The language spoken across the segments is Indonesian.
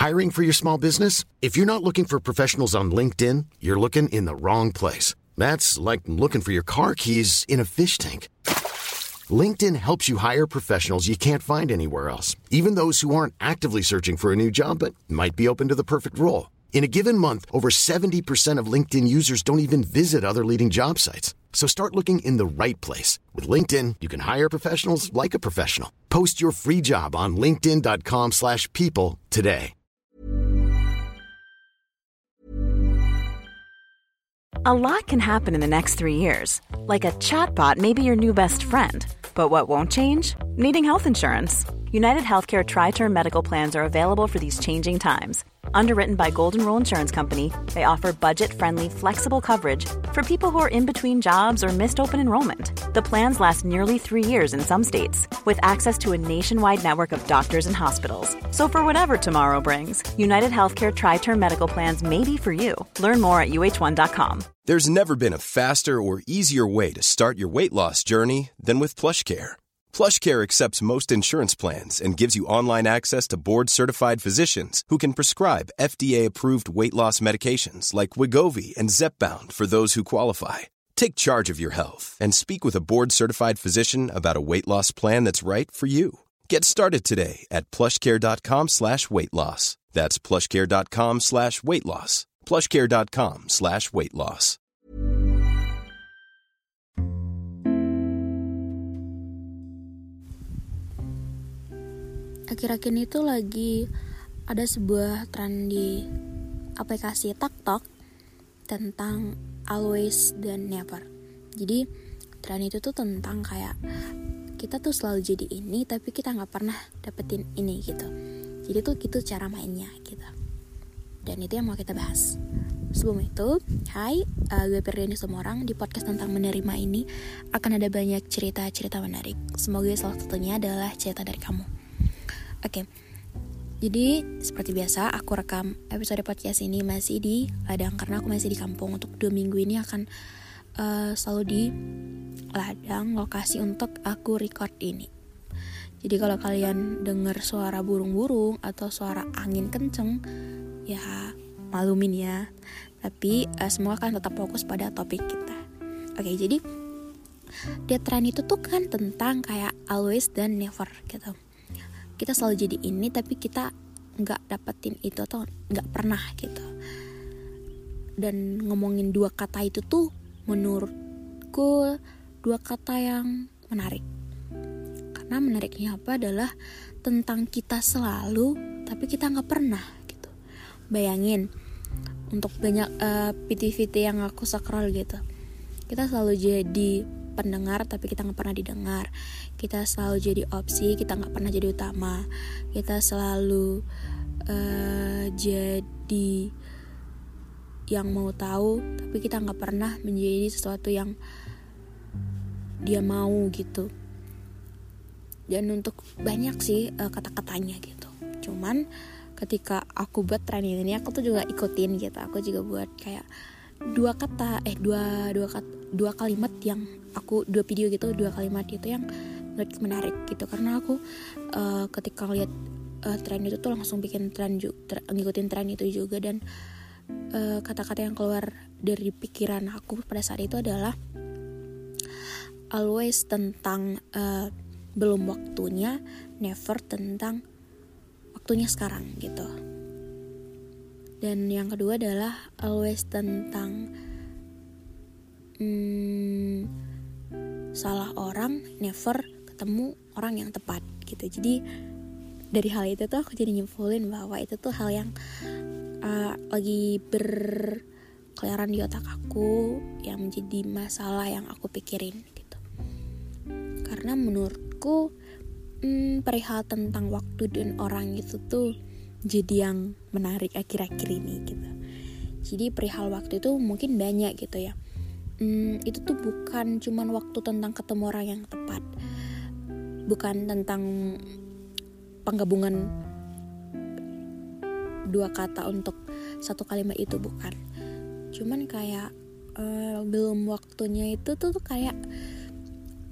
Hiring for your small business? If you're not looking for professionals on LinkedIn, you're looking in the wrong place. That's like looking for your car keys in a fish tank. LinkedIn helps you hire professionals you can't find anywhere else, even those who aren't actively searching for a new job but might be open to the perfect role. In a given month, over 70% of LinkedIn users don't even visit other leading job sites. So start looking in the right place. With LinkedIn, you can hire professionals like a professional. Post your free job on linkedin.com/people today. A lot can happen in the next 3 years. Like a chatbot may be your new best friend. But what won't change? Needing health insurance. United Healthcare Tri-Term Medical Plans are available for these changing times. Underwritten by Golden Rule Insurance Company, they offer budget-friendly, flexible coverage for people who are in between jobs or missed open enrollment. The plans last nearly 3 years in some states, with access to a nationwide network of doctors and hospitals. So for whatever tomorrow brings, United Healthcare Tri-Term Medical Plans may be for you. Learn more at uh1.com. There's never been a faster or easier way to start your weight loss journey than with PlushCare. PlushCare accepts most insurance plans and gives you online access to board-certified physicians who can prescribe FDA-approved weight loss medications like Wegovy and Zepbound for those who qualify. Take charge of your health and speak with a board-certified physician about a weight loss plan that's right for you. Get started today at plushcare.com/weightloss. That's plushcare.com/weightloss. plushcare.com/weightloss. Akhir-akhir ini tuh lagi ada sebuah tren di aplikasi TikTok tentang always dan never. Jadi tren itu tuh tentang kayak kita tuh selalu jadi ini tapi kita nggak pernah dapetin ini gitu. Jadi tuh gitu cara mainnya gitu. Dan itu yang mau kita bahas. Sebelum itu, hai, gue Firdiani Sumorang. Di podcast tentang menerima ini akan ada banyak cerita-cerita menarik. Semoga salah satunya adalah cerita dari kamu. Oke, jadi seperti biasa aku rekam episode podcast ini masih di ladang karena aku masih di kampung. Untuk 2 minggu ini akan selalu di ladang lokasi untuk aku record ini. Jadi kalau kalian dengar suara burung-burung atau suara angin kenceng, ya malumin ya. Tapi semua akan tetap fokus pada topik kita. Oke, jadi tren itu tuh kan tentang kayak always dan never gitu. Kita selalu jadi ini tapi kita gak dapetin itu atau gak pernah gitu. Dan ngomongin 2 kata itu tuh menurutku 2 kata yang menarik. Karena menariknya apa adalah tentang kita selalu tapi kita gak pernah gitu. Bayangin untuk banyak VT-VT yang aku scroll gitu, kita selalu jadi pendengar tapi kita gak pernah didengar. Kita selalu jadi opsi, kita gak pernah jadi utama. Kita selalu jadi yang mau tahu tapi kita gak pernah menjadi sesuatu yang dia mau gitu. Dan untuk banyak sih kata-katanya gitu. Cuman ketika aku buat tren ini aku tuh juga ikutin gitu. Aku juga buat kayak 2 kalimat yang aku 2 video gitu, 2 kalimat itu yang menarik gitu. Karena aku ketika lihat tren itu tuh langsung bikin ngikutin tren itu juga. Dan kata-kata yang keluar dari pikiran aku pada saat itu adalah always tentang belum waktunya, never tentang waktunya sekarang gitu. Dan yang kedua adalah always tentang salah orang, never ketemu orang yang tepat gitu. Jadi dari hal itu tuh aku jadi nyimpulin bahwa itu tuh hal yang lagi berkeliaran di otak aku, yang menjadi masalah yang aku pikirin gitu. Karena menurutku perihal tentang waktu dan orang itu tuh jadi yang menarik akhir-akhir ini gitu. Jadi perihal waktu itu mungkin banyak gitu ya. Itu tuh bukan cuman waktu tentang ketemu orang yang tepat, bukan tentang penggabungan 2 kata untuk 1 kalimat itu, bukan. Cuman kayak belum waktunya itu tuh kayak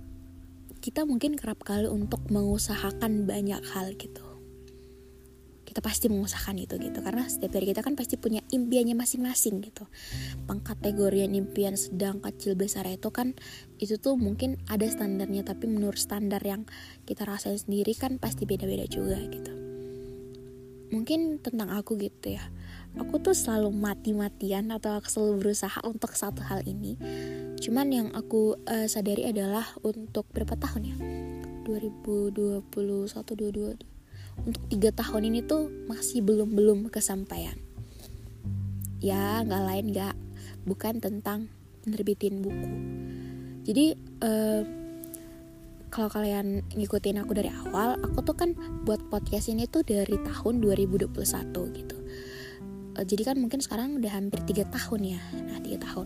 kita mungkin kerap kali untuk mengusahakan banyak hal gitu. Kita kita pasti mengusahakan itu gitu, karena setiap dari kita kan pasti punya impiannya masing-masing gitu. Pengkategorian impian sedang, kecil, besar itu kan itu tuh mungkin ada standarnya, tapi menurut standar yang kita rasain sendiri kan pasti beda-beda juga gitu. Mungkin tentang aku gitu ya, aku tuh selalu mati-matian atau aku selalu berusaha untuk satu hal ini. Cuman yang aku sadari adalah untuk berapa tahun ya, 2021, 22, untuk 3 tahun ini tuh masih belum kesampaian. Ya bukan tentang menerbitin buku. Jadi kalau kalian ngikutin aku dari awal, aku tuh kan buat podcast ini tuh dari tahun 2021 gitu. Jadi kan mungkin sekarang udah hampir 3 tahun ya. Nah 3 tahun.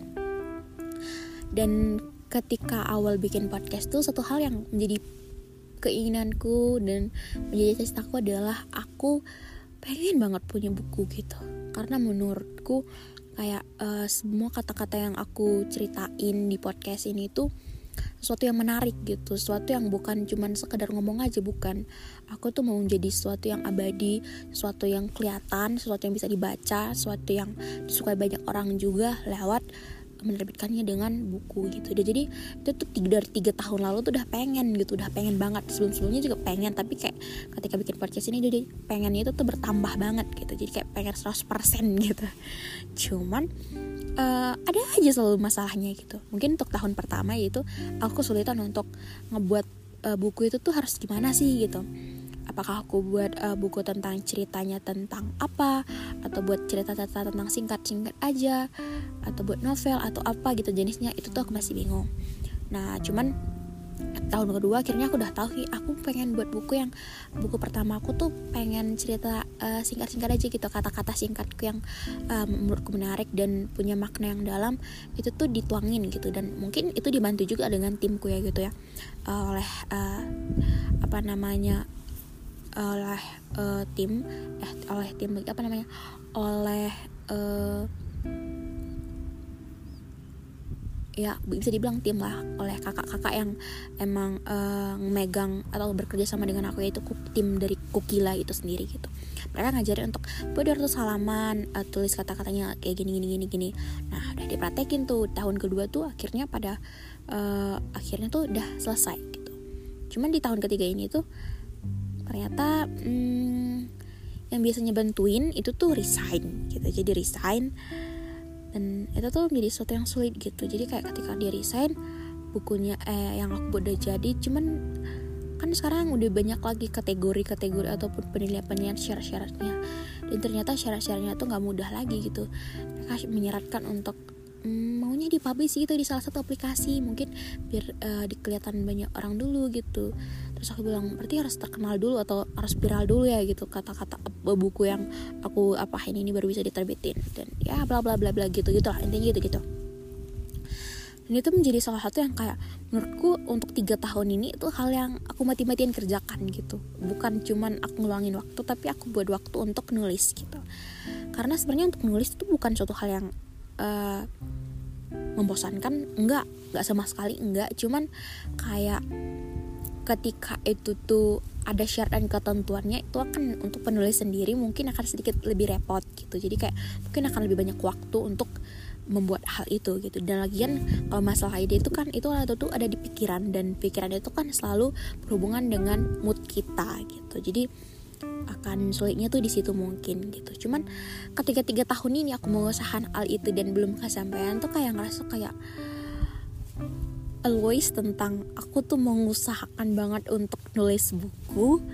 Dan ketika awal bikin podcast tuh satu hal yang menjadi keinginanku dan menjadi cita-citaku adalah aku pengen banget punya buku gitu. Karena menurutku kayak semua kata-kata yang aku ceritain di podcast ini tuh sesuatu yang menarik gitu, sesuatu yang bukan cuman sekedar ngomong aja, bukan. Aku tuh mau jadi sesuatu yang abadi, sesuatu yang kelihatan, sesuatu yang bisa dibaca, sesuatu yang disukai banyak orang juga lewat menerbitkannya dengan buku gitu. Jadi itu tuh dari 3 tahun lalu tuh udah pengen banget. Sebelumnya juga pengen, tapi kayak ketika bikin podcast ini jadi pengennya itu tuh bertambah banget gitu. Jadi kayak pengen 100% gitu. Cuman ada aja selalu masalahnya gitu. Mungkin untuk tahun pertama yaitu aku kesulitan untuk ngebuat buku itu tuh harus gimana sih gitu. Apakah aku buat buku tentang ceritanya tentang apa, atau buat cerita-cerita tentang singkat-singkat aja, atau buat novel atau apa gitu jenisnya, itu tuh aku masih bingung. Nah cuman tahun kedua akhirnya aku udah tahu sih, aku pengen buat buku pertama aku tuh pengen cerita singkat-singkat aja gitu, kata-kata singkatku yang menurutku menarik dan punya makna yang dalam, itu tuh dituangin gitu. Dan mungkin itu dibantu juga dengan timku ya gitu ya, oleh ya bisa dibilang tim lah, oleh kakak-kakak yang emang memegang atau bekerja sama dengan aku, yaitu tim dari Kukila itu sendiri gitu. Mereka ngajarin untuk buat 200 halaman, tulis kata-katanya kayak gini. Nah udah dipraktekin tuh tahun kedua tuh akhirnya tuh udah selesai gitu. Cuman di tahun ketiga ini tuh ternyata yang biasanya bantuin itu tuh resign gitu. Jadi resign, dan itu tuh menjadi sesuatu yang sulit gitu. Jadi kayak ketika dia resign, bukunya yang aku buat udah jadi, cuman kan sekarang udah banyak lagi kategori ataupun penilaian syarat-syaratnya, dan ternyata syarat-syaratnya tuh nggak mudah lagi gitu. Mereka menyeratkan untuk maunya dipublish gitu di salah satu aplikasi, mungkin biar dikelihatan banyak orang dulu gitu. Terus aku bilang berarti harus terkenal dulu atau harus viral dulu ya gitu, kata-kata buku yang aku apain ini baru bisa diterbitin, dan ya bla bla bla bla gitu lah intinya gitu. Dan itu menjadi salah satu yang kayak menurutku untuk 3 tahun ini itu hal yang aku mati-matian kerjakan gitu. Bukan cuman aku ngeluangin waktu, tapi aku buat waktu untuk nulis gitu. Karena sebenarnya untuk nulis itu bukan suatu hal yang membosankan, enggak sama sekali enggak. Cuman kayak ketika itu tuh ada syarat dan ketentuannya, itu akan untuk penulis sendiri mungkin akan sedikit lebih repot gitu. Jadi kayak mungkin akan lebih banyak waktu untuk membuat hal itu gitu. Dan lagian kalau masalah ide itu kan itu tuh ada di pikiran, dan pikiran itu kan selalu berhubungan dengan mood kita gitu. Jadi akan sulitnya tuh di situ mungkin gitu. Cuman ketika 3 tahun ini aku mengusahakan hal itu dan belum kesampaian tuh kayak ngerasa kayak always tentang aku tuh mengusahakan banget untuk nulis buku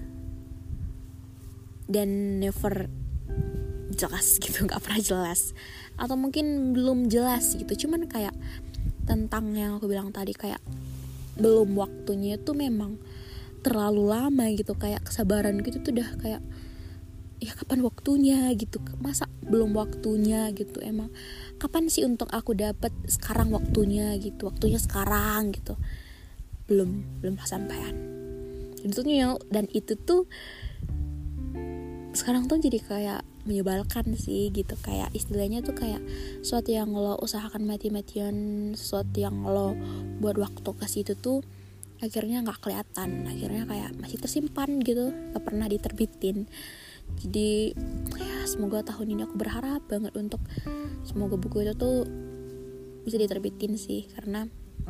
dan never jelas gitu, nggak pernah jelas atau mungkin belum jelas gitu. Cuman kayak tentang yang aku bilang tadi, kayak belum waktunya tuh memang terlalu lama gitu. Kayak kesabaran gitu tuh udah kayak ya kapan waktunya gitu, masa belum waktunya gitu. Emang kapan sih untuk aku dapat sekarang waktunya gitu, waktunya sekarang gitu. Belum kesampaian dan itu tuh sekarang tuh jadi kayak menyebalkan sih gitu. Kayak istilahnya tuh kayak sesuatu yang lo usahakan mati-matian, sesuatu yang lo buat waktu ke situ tuh akhirnya nggak kelihatan, akhirnya kayak masih tersimpan gitu, nggak pernah diterbitin. Jadi ya semoga tahun ini aku berharap banget untuk semoga buku itu tuh bisa diterbitin sih, karena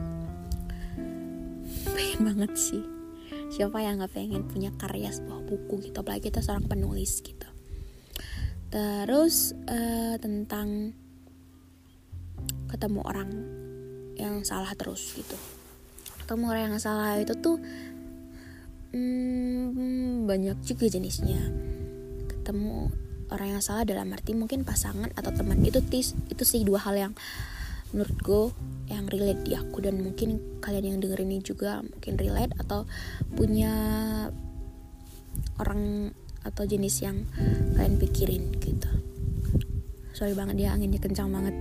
pengen banget sih. Siapa yang gak pengen punya karya sebuah buku gitu, apalagi kita seorang penulis gitu. Terus tentang ketemu orang yang salah terus gitu. Ketemu orang yang salah itu tuh banyak juga jenisnya. Ketemu orang yang salah dalam arti mungkin pasangan atau teman, itu sih dua hal yang menurutku yang relate di aku, dan mungkin kalian yang dengerin ini juga mungkin relate atau punya orang atau jenis yang kalian pikirin gitu. Sorry banget ya, anginnya kencang banget.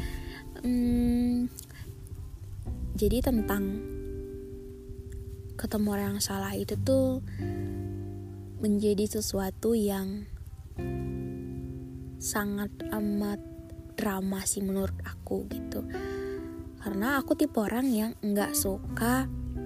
Jadi tentang ketemu orang yang salah itu tuh menjadi sesuatu yang sangat amat drama sih menurut aku gitu. Karena aku tipe orang yang gak suka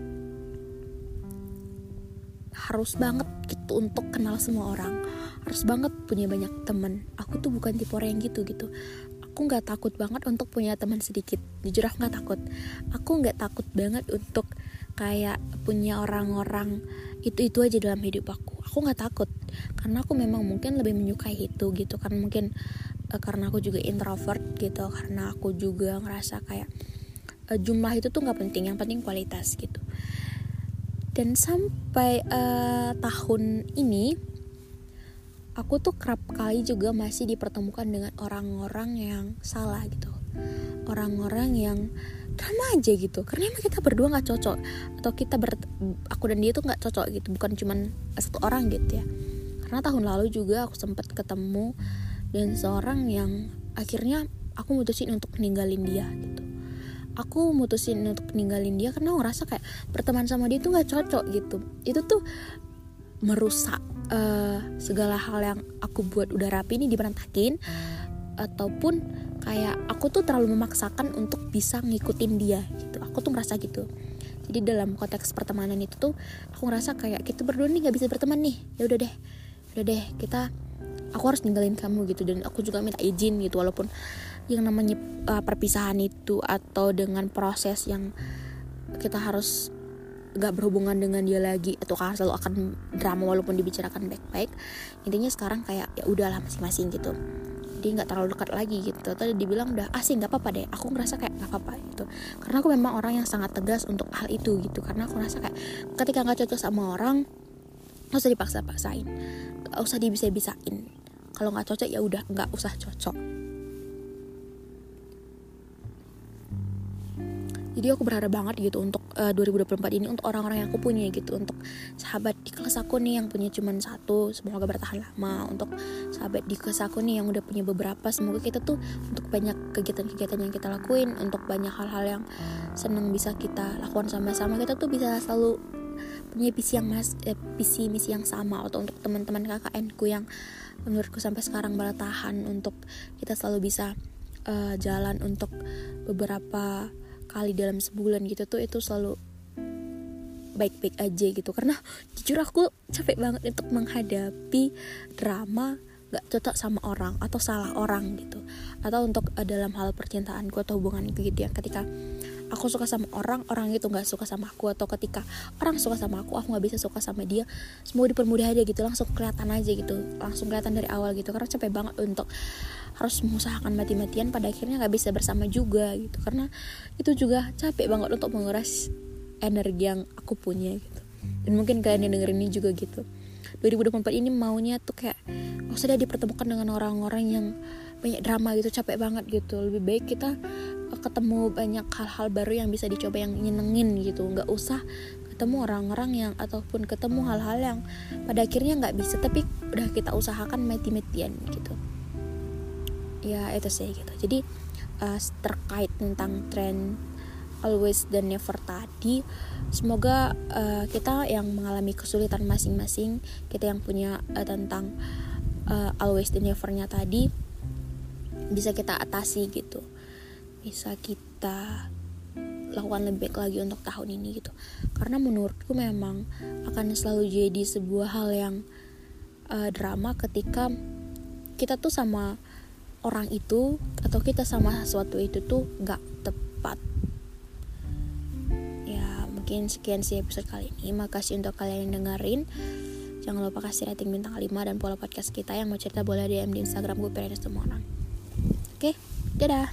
harus banget gitu untuk kenal semua orang, harus banget punya banyak teman. Aku tuh bukan tipe orang yang gitu. Aku gak takut banget untuk punya teman sedikit. Jujur aku gak takut. Aku gak takut banget untuk kayak punya orang-orang itu aja dalam hidup aku. Aku gak takut, karena aku memang mungkin lebih menyukai itu gitu. Kan mungkin karena aku juga introvert gitu, karena aku juga ngerasa kayak jumlah itu tuh gak penting, yang penting kualitas gitu. Dan sampai tahun ini aku tuh kerap kali juga masih dipertemukan dengan orang-orang yang salah gitu, orang-orang yang drama aja gitu, karena emang kita berdua gak cocok, atau aku dan dia tuh gak cocok gitu, bukan cuman satu orang gitu ya. Karena tahun lalu juga aku sempat ketemu dan seorang yang akhirnya aku mutusin untuk ninggalin dia gitu. Aku mutusin untuk ninggalin dia karena aku ngerasa kayak berteman sama dia tuh gak cocok gitu. Itu tuh merusak segala hal yang aku buat udah rapi ini diberantakin, ataupun kayak aku tuh terlalu memaksakan untuk bisa ngikutin dia gitu. Aku tuh ngerasa gitu. Jadi dalam konteks pertemanan itu tuh aku ngerasa kayak kita berdua nih gak bisa berteman nih. Ya udah deh aku harus ninggalin kamu gitu. Dan aku juga minta izin gitu, walaupun yang namanya perpisahan itu atau dengan proses yang kita harus gak berhubungan dengan dia lagi, atau selalu akan drama walaupun dibicarakan baik-baik. Intinya sekarang kayak ya udahlah masing-masing gitu. Jadi nggak terlalu dekat lagi gitu. Tadi dibilang udah sih nggak apa-apa deh. Aku ngerasa kayak nggak apa-apa gitu. Karena aku memang orang yang sangat tegas untuk hal itu gitu. Karena aku ngerasa kayak ketika nggak cocok sama orang, nggak usah dipaksa-paksain, nggak usah dibisa-bisain. Kalau nggak cocok ya udah nggak usah cocok. Jadi aku berharap banget gitu untuk 2024 ini, untuk orang-orang yang aku punya gitu, untuk sahabat di kelas aku nih yang punya cuman satu, semoga bertahan lama. Untuk sahabat di kelas aku nih yang udah punya beberapa, semoga kita tuh untuk banyak kegiatan-kegiatan yang kita lakuin, untuk banyak hal-hal yang senang bisa kita lakukan sama-sama, kita tuh bisa selalu punya visi misi yang sama. Atau untuk teman-teman KKN-ku yang menurutku sampai sekarang bertahan, untuk kita selalu bisa jalan untuk beberapa kali dalam sebulan gitu tuh, itu selalu baik-baik aja gitu. Karena jujur aku capek banget untuk menghadapi drama gak cocok sama orang atau salah orang gitu. Atau untuk dalam hal percintaanku atau hubungan itu gitu ya, ketika aku suka sama orang itu gak suka sama aku, atau ketika orang suka sama aku gak bisa suka sama dia, semua dipermudah aja gitu, langsung kelihatan aja gitu, langsung kelihatan dari awal gitu. Karena capek banget untuk harus mengusahakan mati-matian, pada akhirnya gak bisa bersama juga gitu. Karena itu juga capek banget untuk menguras energi yang aku punya gitu. Dan mungkin kalian yang dengerin ini juga gitu. 2024 ini maunya tuh kayak sudah dipertemukan dengan orang-orang yang banyak drama gitu, capek banget gitu. Lebih baik kita ketemu banyak hal-hal baru yang bisa dicoba, yang nyenengin gitu. Gak usah ketemu orang-orang yang, ataupun ketemu hal-hal yang pada akhirnya gak bisa, tapi udah kita usahakan mati-matian gitu. Ya itu sih gitu. Jadi terkait tentang tren always dan never tadi, semoga kita yang mengalami kesulitan masing-masing, kita yang punya tentang always dan nevernya tadi, bisa kita atasi gitu, bisa kita lakukan lebih baik lagi untuk tahun ini gitu. Karena menurutku memang akan selalu jadi sebuah hal yang drama ketika kita tuh sama orang itu atau kita sama sesuatu itu tuh gak tepat. Ya mungkin sekian sih episode kali ini. Makasih untuk kalian yang dengerin. Jangan lupa kasih rating bintang 5 dan follow podcast kita. Yang mau cerita boleh DM di Instagram gue Perena semua orang. Oke, dadah.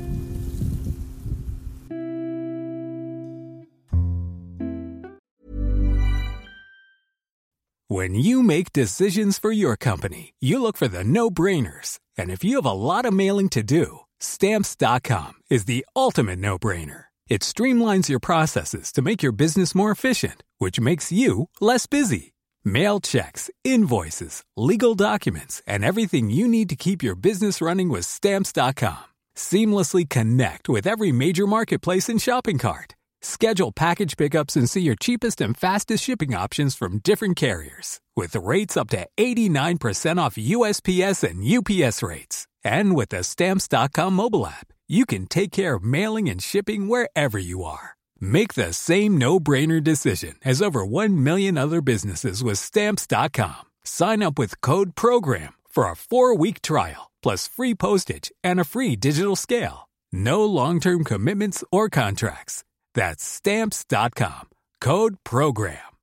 When you make decisions for your company, you look for the no-brainers. And if you have a lot of mailing to do, Stamps.com is the ultimate no-brainer. It streamlines your processes to make your business more efficient, which makes you less busy. Mail checks, invoices, legal documents, and everything you need to keep your business running with Stamps.com. Seamlessly connect with every major marketplace and shopping cart. Schedule package pickups and see your cheapest and fastest shipping options from different carriers. With rates up to 89% off USPS and UPS rates. And with the Stamps.com mobile app, you can take care of mailing and shipping wherever you are. Make the same no-brainer decision as over 1 million other businesses with Stamps.com. Sign up with code PROGRAM for a 4-week trial, plus free postage and a free digital scale. No long-term commitments or contracts. That's Stamps.com. Code PROGRAM.